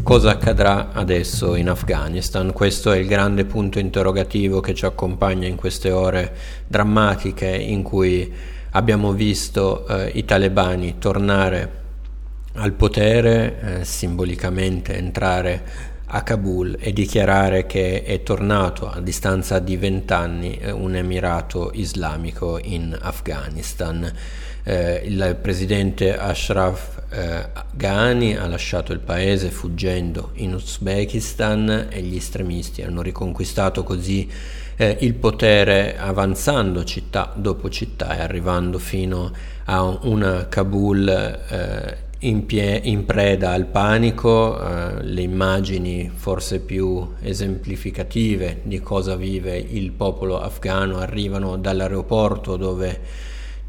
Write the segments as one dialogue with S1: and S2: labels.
S1: Cosa accadrà adesso in Afghanistan? Questo è il grande punto interrogativo che ci accompagna in queste ore drammatiche in cui abbiamo visto i talebani tornare al potere, simbolicamente entrare a Kabul e dichiarare che è tornato a distanza di 20 anni un emirato islamico in Afghanistan. Il presidente Ashraf Ghani ha lasciato il paese fuggendo in Uzbekistan e gli estremisti hanno riconquistato così il potere, avanzando città dopo città e arrivando fino a una Kabul in preda al panico. Le immagini forse più esemplificative di cosa vive il popolo afghano arrivano dall'aeroporto dove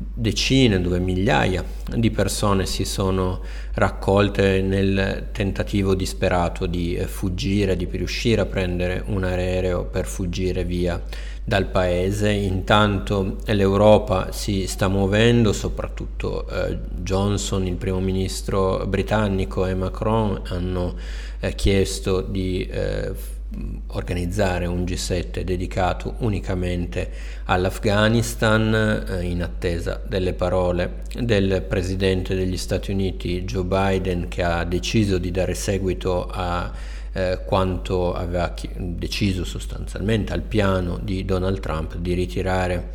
S1: migliaia di persone si sono raccolte nel tentativo disperato di fuggire, di riuscire a prendere un aereo per fuggire via dal paese. Intanto l'Europa si sta muovendo, soprattutto Johnson, il primo ministro britannico, e Macron hanno chiesto di organizzare un G7 dedicato unicamente all'Afghanistan, in attesa delle parole del presidente degli Stati Uniti Joe Biden, che ha deciso di dare seguito a quanto aveva deciso sostanzialmente al piano di Donald Trump di ritirare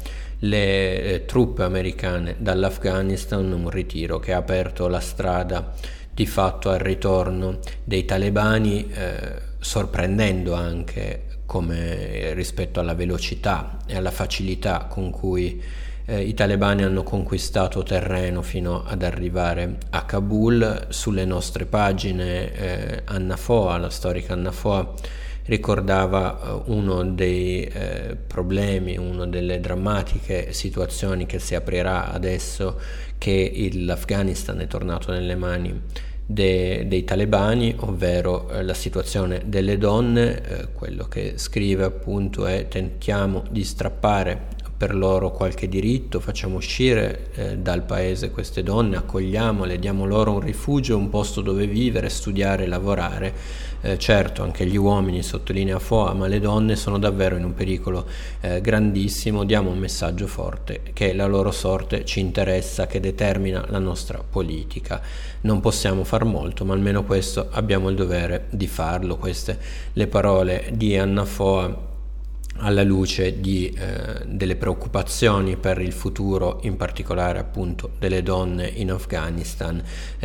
S1: le truppe americane dall'Afghanistan, un ritiro che ha aperto la strada di fatto al ritorno dei talebani, sorprendendo anche come rispetto alla velocità e alla facilità con cui i talebani hanno conquistato terreno fino ad arrivare a Kabul. Sulle nostre pagine Anna Foa, la storica Anna Foa, ricordava uno dei problemi, una delle drammatiche situazioni che si aprirà adesso che l'Afghanistan è tornato nelle mani dei talebani, ovvero la situazione delle donne. Quello che scrive appunto è: tentiamo di strappare per loro qualche diritto, facciamo uscire dal paese queste donne, accogliamole, diamo loro un rifugio, un posto dove vivere, studiare, lavorare. Certo, anche gli uomini, sottolinea Foa, ma le donne sono davvero in un pericolo grandissimo. Diamo un messaggio forte che la loro sorte ci interessa, che determina la nostra politica. Non possiamo far molto, ma almeno questo abbiamo il dovere di farlo. Queste le parole di Anna Foa alla luce delle preoccupazioni per il futuro, in particolare appunto delle donne in Afghanistan,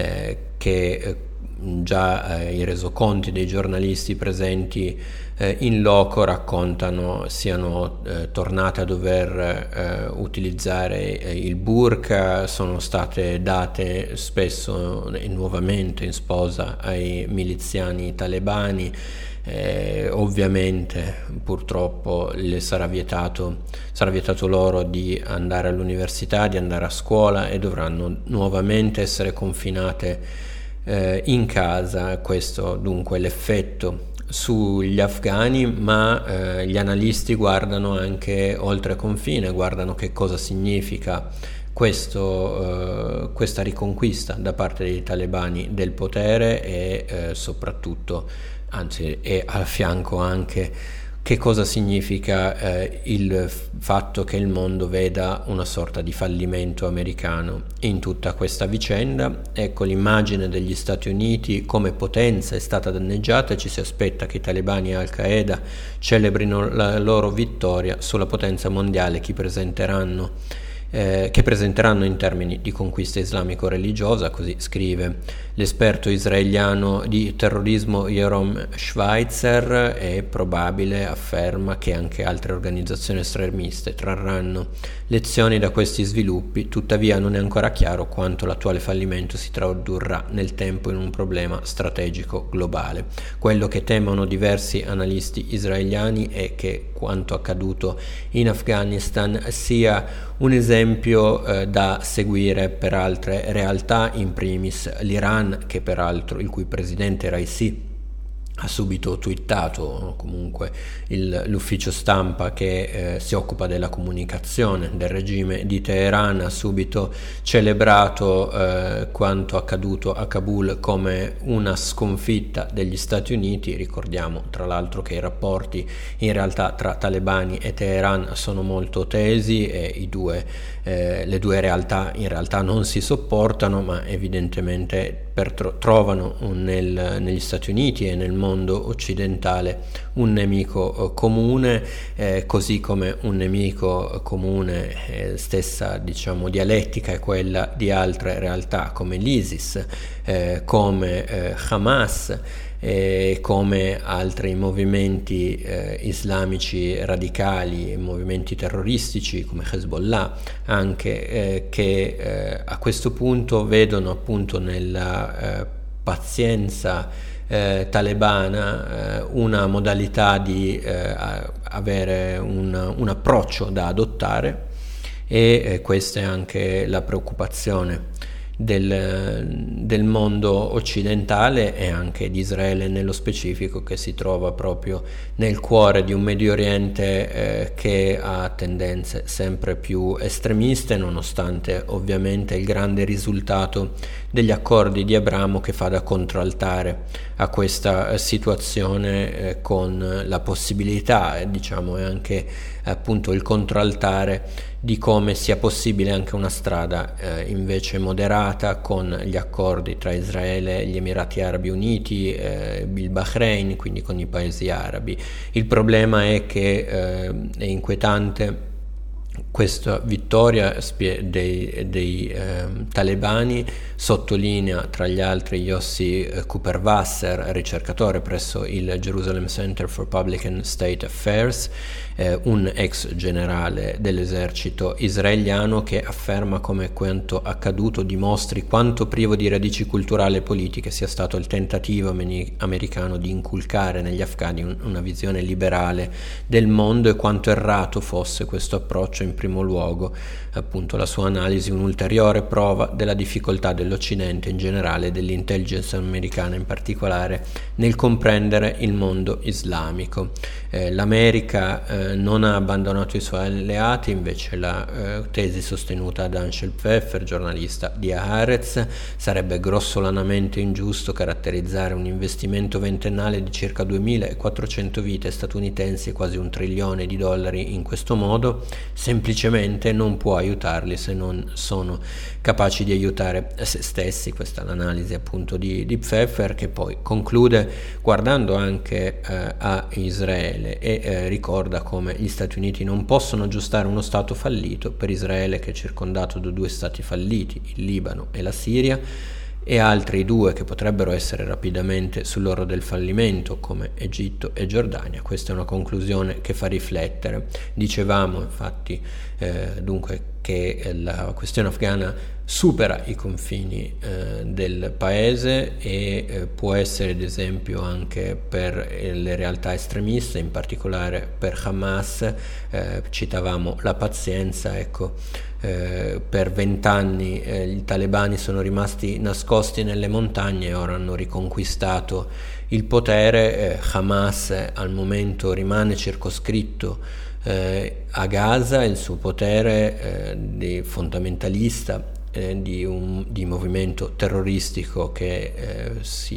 S1: che già i resoconti dei giornalisti presenti in loco raccontano siano tornate a dover utilizzare il burqa, sono state date spesso e nuovamente in sposa ai miliziani talebani. Ovviamente purtroppo le sarà vietato loro di andare all'università, di andare a scuola, e dovranno nuovamente essere confinate in casa. Questo dunque è l'effetto sugli afghani, ma gli analisti guardano anche oltre confine, guardano che cosa significa questa riconquista da parte dei talebani del potere e soprattutto, anzi, e al fianco anche che cosa significa il fatto che il mondo veda una sorta di fallimento americano in tutta questa vicenda. Ecco, l'immagine degli Stati Uniti come potenza è stata danneggiata e ci si aspetta che i talebani e Al-Qaeda celebrino la loro vittoria sulla potenza mondiale che presenteranno in termini di conquista islamico-religiosa. Così scrive l'esperto israeliano di terrorismo Yoram Schweitzer. È probabile, afferma, che anche altre organizzazioni estremiste trarranno lezioni da questi sviluppi, tuttavia non è ancora chiaro quanto l'attuale fallimento si tradurrà nel tempo in un problema strategico globale. Quello che temono diversi analisti israeliani è che quanto accaduto in Afghanistan sia un esempio da seguire per altre realtà, in primis l'Iran, che peraltro il cui presidente Raisi ha subito twittato, comunque l'ufficio stampa che si occupa della comunicazione del regime di Teheran ha subito celebrato quanto accaduto a Kabul come una sconfitta degli Stati Uniti. Ricordiamo tra l'altro che i rapporti in realtà tra talebani e Teheran sono molto tesi e le due realtà in realtà non si sopportano, ma evidentemente trovano negli Stati Uniti e nel mondo occidentale un nemico comune, così come un nemico comune, stessa diciamo dialettica è quella di altre realtà come l'ISIS, come Hamas, come altri movimenti islamici radicali, movimenti terroristici come Hezbollah anche, che a questo punto vedono appunto nella pazienza talebana una modalità di avere un approccio da adottare, e questa è anche la preoccupazione del mondo occidentale e anche di Israele nello specifico, che si trova proprio nel cuore di un Medio Oriente che ha tendenze sempre più estremiste, nonostante ovviamente il grande risultato degli accordi di Abramo, che fa da contraltare a questa situazione, con la possibilità, diciamo, e anche appunto il contraltare di come sia possibile anche una strada invece moderata, con gli accordi tra Israele e gli Emirati Arabi Uniti, il Bahrain, quindi con i paesi arabi. Il problema è che è inquietante questa vittoria dei talebani. Sottolinea tra gli altri Yossi Cooper-Wasser, ricercatore presso il Jerusalem Center for Public and State Affairs, un ex generale dell'esercito israeliano, che afferma come quanto accaduto dimostri quanto privo di radici culturali e politiche sia stato il tentativo americano di inculcare negli afghani una visione liberale del mondo, e quanto errato fosse questo approccio. In primo luogo, appunto, la sua analisi un'ulteriore prova della difficoltà dell'Occidente in generale e dell'intelligence americana in particolare nel comprendere il mondo islamico. L'America non ha abbandonato i suoi alleati, invece la tesi sostenuta da Anshel Pfeffer, giornalista di Haaretz: sarebbe grossolanamente ingiusto caratterizzare un investimento ventennale di circa 2.400 vite statunitensi e quasi $1 trilione in questo modo. Semplicemente non può aiutarli se non sono capaci di aiutare se stessi. Questa è l'analisi appunto di Pfeffer, che poi conclude guardando anche a Israele e ricorda come gli Stati Uniti non possono aggiustare uno Stato fallito. Per Israele, che è circondato da 2 Stati falliti, il Libano e la Siria, e altri 2 che potrebbero essere rapidamente sull'orlo del fallimento come Egitto e Giordania. Questa è una conclusione che fa riflettere. Dicevamo infatti dunque che la questione afghana supera i confini del paese e può essere ad esempio anche per le realtà estremiste, in particolare per Hamas. Citavamo la pazienza, ecco. Per 20 anni i talebani sono rimasti nascosti nelle montagne e ora hanno riconquistato il potere. Hamas al momento rimane circoscritto a Gaza, il suo potere di fondamentalista, di movimento terroristico che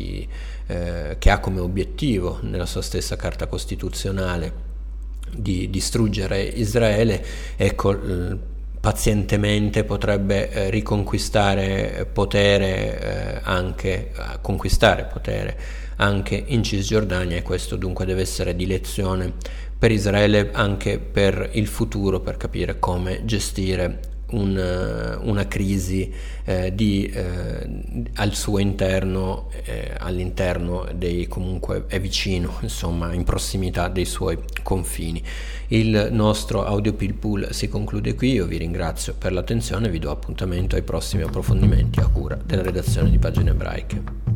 S1: ha come obiettivo nella sua stessa carta costituzionale di distruggere Israele. Ecco, pazientemente potrebbe riconquistare potere, conquistare potere anche in Cisgiordania, e questo dunque deve essere di lezione per Israele anche per il futuro, per capire come gestire una crisi al suo interno, all'interno comunque è vicino, insomma, in prossimità dei suoi confini. Il nostro Audio Pill Pool si conclude qui. Io vi ringrazio per l'attenzione e vi do appuntamento ai prossimi approfondimenti a cura della redazione di Pagine Ebraiche.